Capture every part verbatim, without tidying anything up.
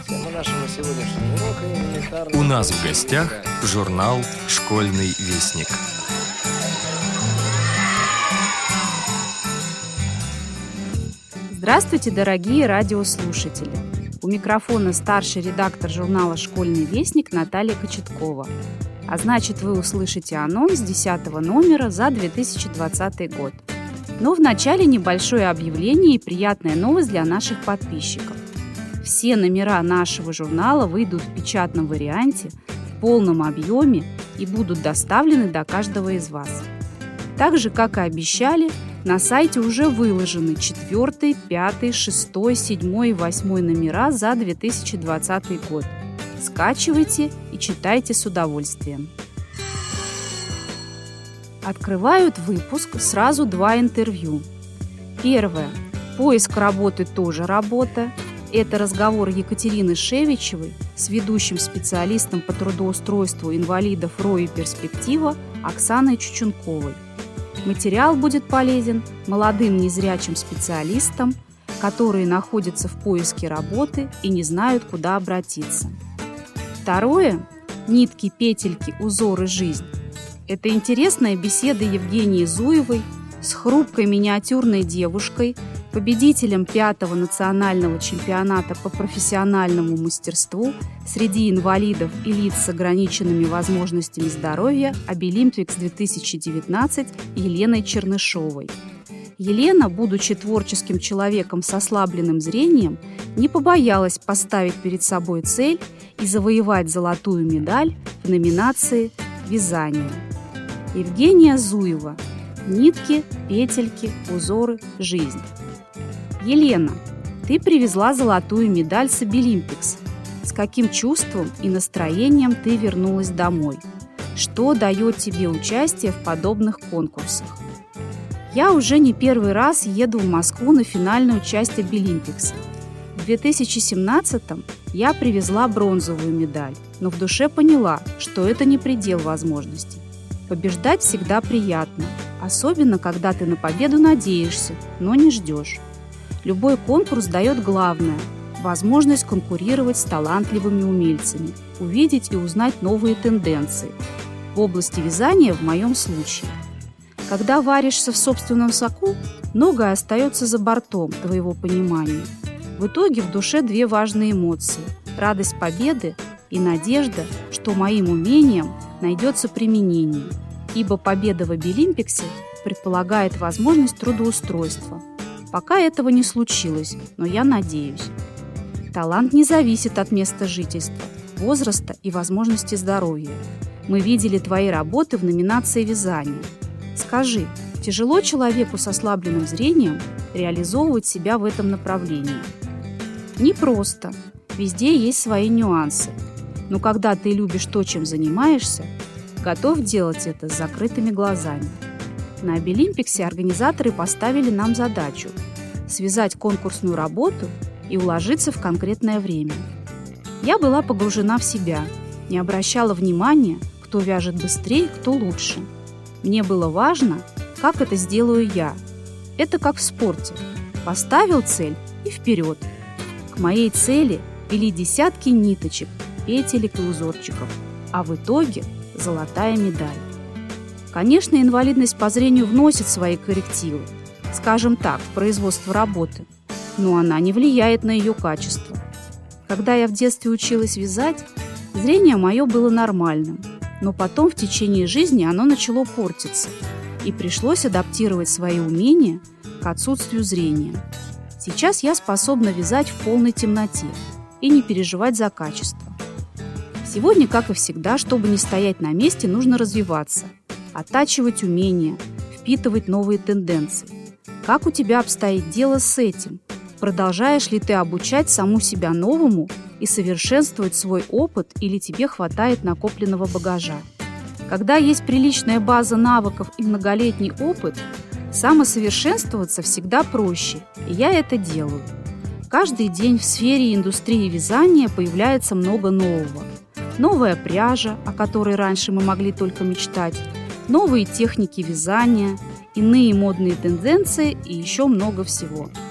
Тема нашего сегодняшнего урока элементарная. У нас в гостях журнал «Школьный вестник». Здравствуйте, дорогие радиослушатели! У микрофона старший редактор журнала «Школьный вестник» Наталья Кочеткова. А значит, вы услышите анонс десятого номера за две тысячи двадцатый год. Но вначале небольшое объявление и приятная новость для наших подписчиков. Все номера нашего журнала выйдут в печатном варианте, в полном объеме и будут доставлены до каждого из вас. Так же, как и обещали, на сайте уже выложены четвертый, пятый, шестой, седьмой и восьмой номера за две тысячи двадцатый год. Скачивайте и читайте с удовольствием. Открывают выпуск сразу два интервью. Первое. Поиск работы тоже работа. Это разговор Екатерины Шевичевой с ведущим специалистом по трудоустройству инвалидов РО и «Перспектива» Оксаной Чучунковой. Материал будет полезен молодым незрячим специалистам, которые находятся в поиске работы и не знают, куда обратиться. Второе. Нитки, петельки, узоры, жизнь. Это интересная беседа Евгении Зуевой с хрупкой миниатюрной девушкой, победителем пятого национального чемпионата по профессиональному мастерству среди инвалидов и лиц с ограниченными возможностями здоровья Обилимпикс две тысячи девятнадцать Еленой Чернышовой. Елена, будучи творческим человеком с ослабленным зрением, не побоялась поставить перед собой цель и завоевать золотую медаль в номинации «Вязание». Евгения Зуева. Нитки, петельки, узоры, жизнь. Елена, ты привезла золотую медаль с Обилимпикс. С каким чувством и настроением ты вернулась домой? Что дает тебе участие в подобных конкурсах? Я уже не первый раз еду в Москву на финальную часть Обилимпикса. В две тысячи семнадцатом я привезла бронзовую медаль, но в душе поняла, что это не предел возможностей. Побеждать всегда приятно, особенно когда ты на победу надеешься, но не ждешь. Любой конкурс дает главное – возможность конкурировать с талантливыми умельцами, увидеть и узнать новые тенденции. В области вязания в моем случае. Когда варишься в собственном соку, многое остается за бортом твоего понимания. В итоге в душе две важные эмоции – радость победы и надежда, что моим умениям найдется применение, ибо победа в Обилимпиксе предполагает возможность трудоустройства. Пока этого не случилось, но я надеюсь. Талант не зависит от места жительства, возраста и возможности здоровья. Мы видели твои работы в номинации «Вязание». Скажи, тяжело человеку с ослабленным зрением реализовывать себя в этом направлении? Непросто. Везде есть свои нюансы. Но когда ты любишь то, чем занимаешься, готов делать это с закрытыми глазами. На Обилимпиксе организаторы поставили нам задачу – связать конкурсную работу и уложиться в конкретное время. Я была погружена в себя, не обращала внимания, кто вяжет быстрее, кто лучше. Мне было важно, как это сделаю я. Это как в спорте. Поставил цель и вперед. К моей цели вели десятки ниточек, петелек и узорчиков, а в итоге – золотая медаль. Конечно, инвалидность по зрению вносит свои коррективы, скажем так, в производство работы, но она не влияет на ее качество. Когда я в детстве училась вязать, зрение мое было нормальным, но потом в течение жизни оно начало портиться, и пришлось адаптировать свои умения к отсутствию зрения. Сейчас я способна вязать в полной темноте и не переживать за качество. Сегодня, как и всегда, чтобы не стоять на месте, нужно развиваться, оттачивать умения, впитывать новые тенденции. Как у тебя обстоит дело с этим? Продолжаешь ли ты обучать саму себя новому и совершенствовать свой опыт, или тебе хватает накопленного багажа? Когда есть приличная база навыков и многолетний опыт, самосовершенствоваться всегда проще, и я это делаю. Каждый день в сфере и индустрии вязания появляется много нового. Новая пряжа, о которой раньше мы могли только мечтать, новые техники вязания, иные модные тенденции и еще много всего.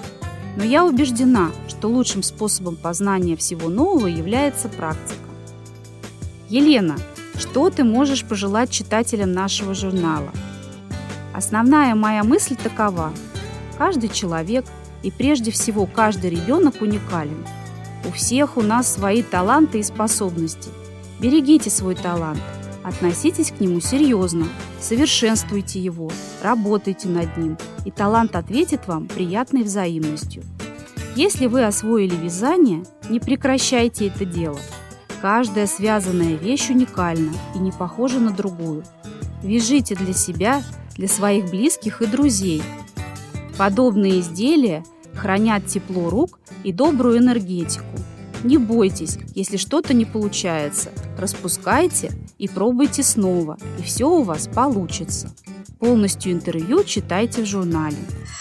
Но я убеждена, что лучшим способом познания всего нового является практика. Елена, что ты можешь пожелать читателям нашего журнала? Основная моя мысль такова. Каждый человек и прежде всего каждый ребенок уникален. У всех у нас свои таланты и способности. Берегите свой талант, относитесь к нему серьезно, совершенствуйте его, работайте над ним, и талант ответит вам приятной взаимностью. Если вы освоили вязание, не прекращайте это дело. Каждая связанная вещь уникальна и не похожа на другую. Вяжите для себя, для своих близких и друзей. Подобные изделия хранят тепло рук и добрую энергетику. Не бойтесь, если что-то не получается. Распускайте и пробуйте снова, и все у вас получится. Полностью интервью читайте в журнале.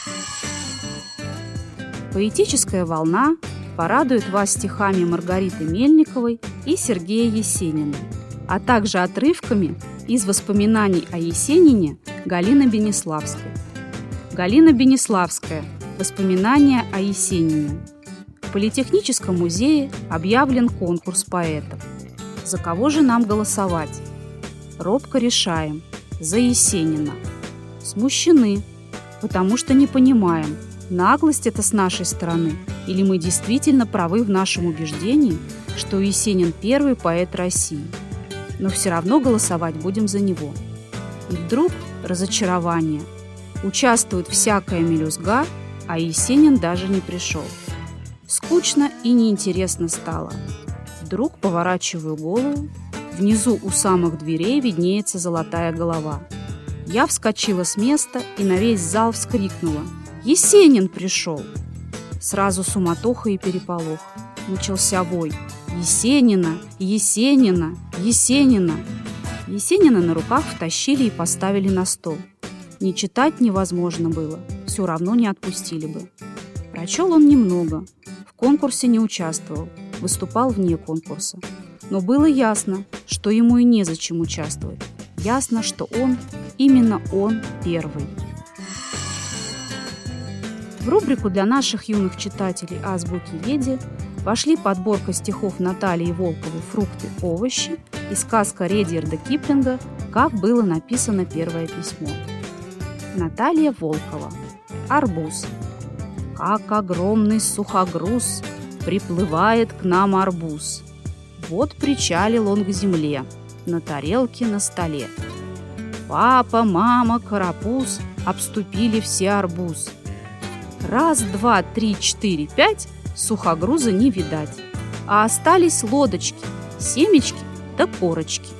Поэтическая волна порадует вас стихами Маргариты Мельниковой и Сергея Есенина, а также отрывками из воспоминаний о Есенине Галины Бениславской. Галина Бениславская. Воспоминания о Есенине. В Политехническом музее объявлен конкурс поэтов. За кого же нам голосовать? Робко решаем. За Есенина. Смущены, потому что не понимаем, наглость это с нашей стороны, или мы действительно правы в нашем убеждении, что Есенин первый поэт России. Но все равно голосовать будем за него. И вдруг разочарование. Участвует всякая мелюзга, а Есенин даже не пришел. Скучно и неинтересно стало. Вдруг поворачиваю голову. Внизу у самых дверей виднеется золотая голова. Я вскочила с места и на весь зал вскрикнула: «Есенин пришел!» Сразу суматоха и переполох. Начался вой: «Есенина! Есенина! Есенина!» Есенина на руках втащили и поставили на стол. Не читать невозможно было, все равно не отпустили бы. Прочел он немного, в конкурсе не участвовал, выступал вне конкурса. Но было ясно, что ему и незачем участвовать. Ясно, что он, именно он первый. В рубрику для наших юных читателей «Азбуки Веди» вошли подборка стихов Натальи Волковой «Фрукты, овощи» и сказка Редьярда Киплинга «Как было написано первое письмо». Наталья Волкова. Арбуз. Как огромный сухогруз приплывает к нам арбуз. Вот причалил он к земле, на тарелке на столе. Папа, мама, карапуз обступили все арбуз. Раз, два, три, четыре, пять, сухогруза не видать, а остались лодочки, семечки да корочки.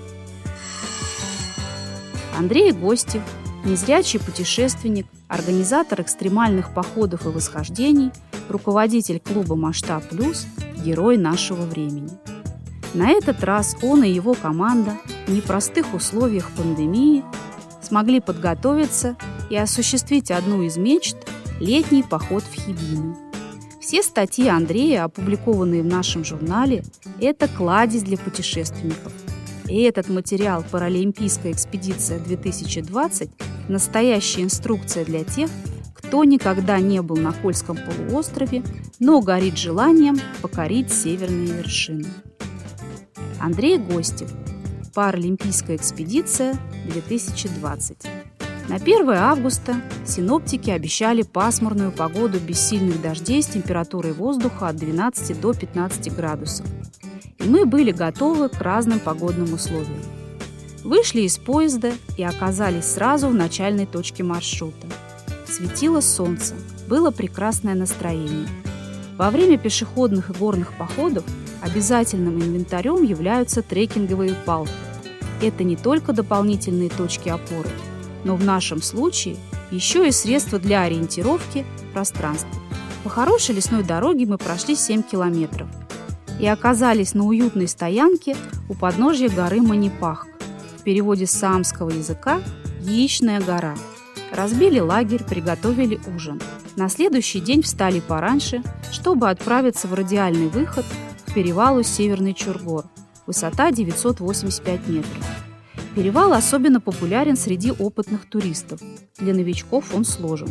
Андрей Гостев, незрячий путешественник, организатор экстремальных походов и восхождений, руководитель клуба «Масштаб Плюс», герой нашего времени. На этот раз он и его команда в непростых условиях пандемии смогли подготовиться и осуществить одну из мечт – летний поход в Хибины. Все статьи Андрея, опубликованные в нашем журнале, это кладезь для путешественников. И этот материал «Паралимпийская экспедиция-две тысячи двадцать» – настоящая инструкция для тех, кто никогда не был на Кольском полуострове, но горит желанием покорить северные вершины. Андрей Гостев. Паралимпийская экспедиция-две тысячи двадцать. На первое августа синоптики обещали пасмурную погоду без сильных дождей с температурой воздуха от двенадцати до пятнадцати градусов. И мы были готовы к разным погодным условиям. Вышли из поезда и оказались сразу в начальной точке маршрута. Светило солнце, было прекрасное настроение. Во время пешеходных и горных походов обязательным инвентарем являются трекинговые палки. Это не только дополнительные точки опоры, но в нашем случае еще и средства для ориентировки в пространстве. По хорошей лесной дороге мы прошли семь километров и оказались на уютной стоянке у подножья горы Манипах, в переводе с саамского языка «Яичная гора». Разбили лагерь, приготовили ужин. На следующий день встали пораньше, чтобы отправиться в радиальный выход к перевалу Северный Чургор, высота девятьсот восемьдесят пять метров. Перевал особенно популярен среди опытных туристов. Для новичков он сложен.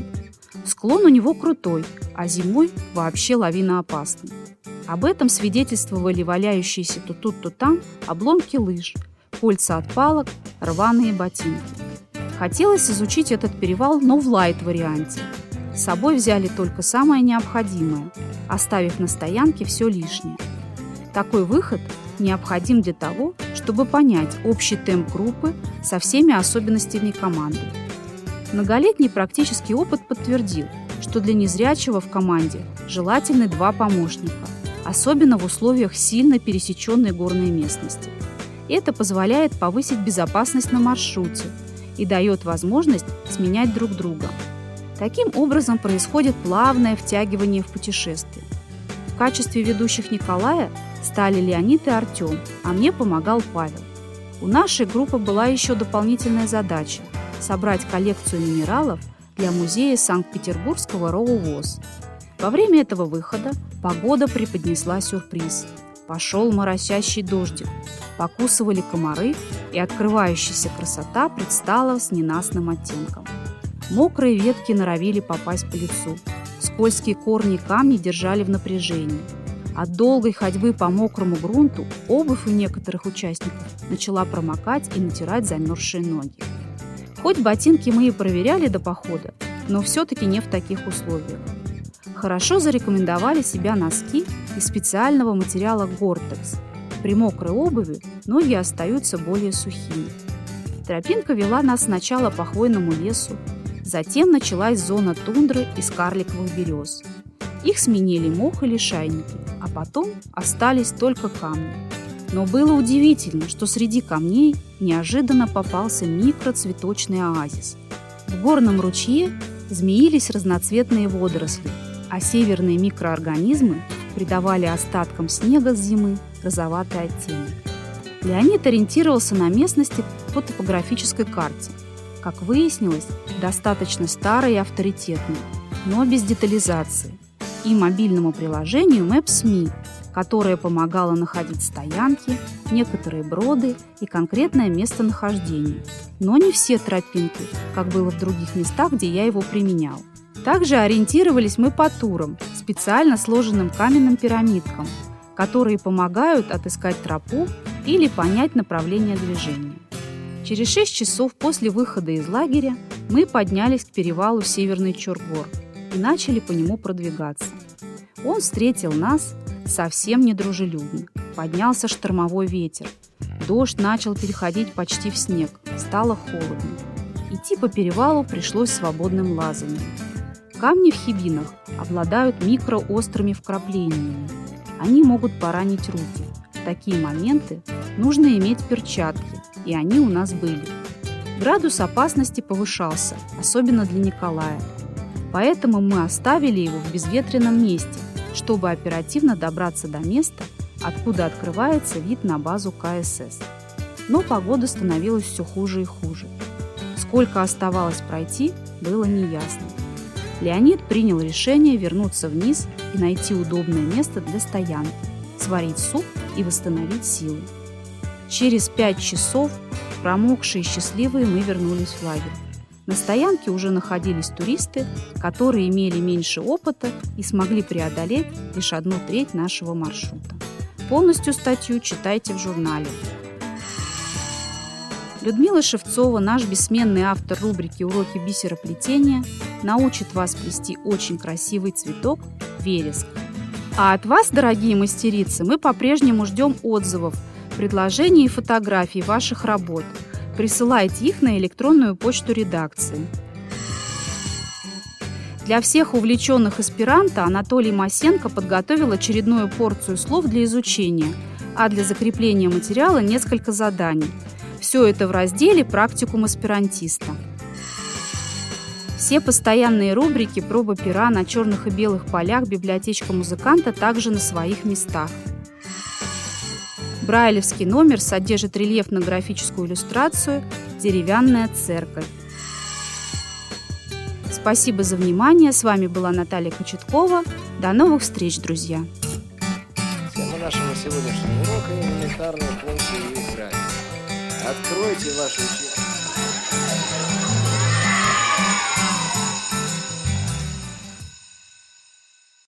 Склон у него крутой, а зимой вообще лавиноопасный. Об этом свидетельствовали валяющиеся то тут, то там обломки лыж, кольца от палок, рваные ботинки. Хотелось изучить этот перевал, но в лайт-варианте. С собой взяли только самое необходимое, оставив на стоянке все лишнее. Такой выход необходим для того, чтобы понять общий темп группы со всеми особенностями команды. Многолетний практический опыт подтвердил, что для незрячего в команде желательны два помощника, особенно в условиях сильно пересеченной горной местности. Это позволяет повысить безопасность на маршруте и дает возможность сменять друг друга. Таким образом происходит плавное втягивание в путешествие. В качестве ведущих Николая стали Леонид и Артем, а мне помогал Павел. У нашей группы была еще дополнительная задача – собрать коллекцию минералов для музея Санкт-Петербургского РОУ ВОС. Во время этого выхода погода преподнесла сюрприз. Пошел моросящий дождик, покусывали комары, и открывающаяся красота предстала с ненастным оттенком. Мокрые ветки норовили попасть по лицу, скользкие корни и камни держали в напряжении. От долгой ходьбы по мокрому грунту обувь у некоторых участников начала промокать и натирать замерзшие ноги. Хоть ботинки мы и проверяли до похода, но все-таки не в таких условиях. Хорошо зарекомендовали себя носки из специального материала Гортекс. При мокрой обуви ноги остаются более сухими. Тропинка вела нас сначала по хвойному лесу, затем началась зона тундры из карликовых берез. Их сменили мох и лишайники, а потом остались только камни. Но было удивительно, что среди камней неожиданно попался микроцветочный оазис. В горном ручье змеились разноцветные водоросли, а северные микроорганизмы придавали остаткам снега с зимы розоватый оттенок. Леонид ориентировался на местности по топографической карте. Как выяснилось, достаточно старой и авторитетной, но без детализации, и мобильному приложению Maps.me, которое помогало находить стоянки, некоторые броды и конкретное местонахождение, но не все тропинки, как было в других местах, где я его применял. Также ориентировались мы по турам, специально сложенным каменным пирамидкам, которые помогают отыскать тропу или понять направление движения. Через шесть часов после выхода из лагеря мы поднялись к перевалу Северный Чоргор и начали по нему продвигаться. Он встретил нас совсем недружелюбно. Поднялся штормовой ветер. Дождь начал переходить почти в снег. Стало холодно. Идти по перевалу пришлось свободным лазанием. Камни в хибинах обладают микроострыми вкраплениями. Они могут поранить руки. В такие моменты нужно иметь перчатки, и они у нас были. Градус опасности повышался, особенно для Николая. Поэтому мы оставили его в безветренном месте, чтобы оперативно добраться до места, откуда открывается вид на базу ка эс эс. Но погода становилась все хуже и хуже. Сколько оставалось пройти, было неясно. Леонид принял решение вернуться вниз и найти удобное место для стоянки, сварить суп и восстановить силы. Через пять часов, промокшие и счастливые, мы вернулись в лагерь. На стоянке уже находились туристы, которые имели меньше опыта и смогли преодолеть лишь одну треть нашего маршрута. Полностью статью читайте в журнале. Людмила Шевцова, наш бессменный автор рубрики «Уроки бисероплетения», научит вас плести очень красивый цветок – вереск. А от вас, дорогие мастерицы, мы по-прежнему ждем отзывов, предложений и фотографий ваших работ. Присылайте их на электронную почту редакции. Для всех увлеченных эсперанто Анатолий Масенко подготовил очередную порцию слов для изучения, а для закрепления материала несколько заданий. Все это в разделе «Практикум эсперантиста». Все постоянные рубрики «Проба пера» на черных и белых полях библиотечка музыканта также на своих местах. Брайлевский номер содержит рельефно-графическую иллюстрацию «Деревянная церковь». Спасибо за внимание. С вами была Наталья Кочеткова. До новых встреч, друзья! Тема нашего сегодняшнего урока – элементарные функции и их грани. Откройте ваши учебники.